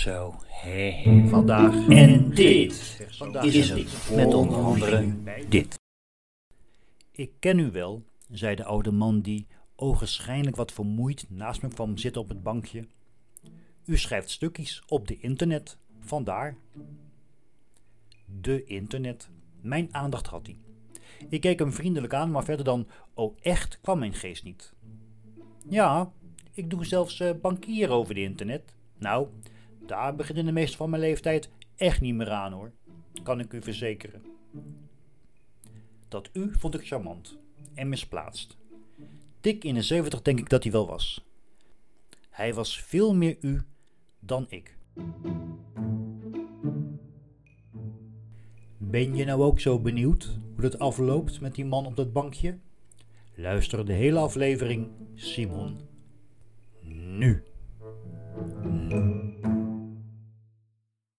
Zo, hé, vandaag en dit is het met onder andere dit. Ik ken u wel, zei de oude man die ogenschijnlijk wat vermoeid naast me kwam zitten op het bankje. U schrijft stukjes op de internet, vandaar. De internet, mijn aandacht had hij. Ik keek hem vriendelijk aan, maar verder dan, oh echt, kwam mijn geest niet. Ja, ik doe zelfs bankieren over de internet. Nou, daar beginnen de meesten van mijn leeftijd echt niet meer aan hoor, kan ik u verzekeren. Dat u vond ik charmant en misplaatst. Dik in de 70 denk ik dat hij wel was. Hij was veel meer u dan ik. Ben je nou ook zo benieuwd hoe het afloopt met die man op dat bankje? Luister de hele aflevering, Simon. Nu.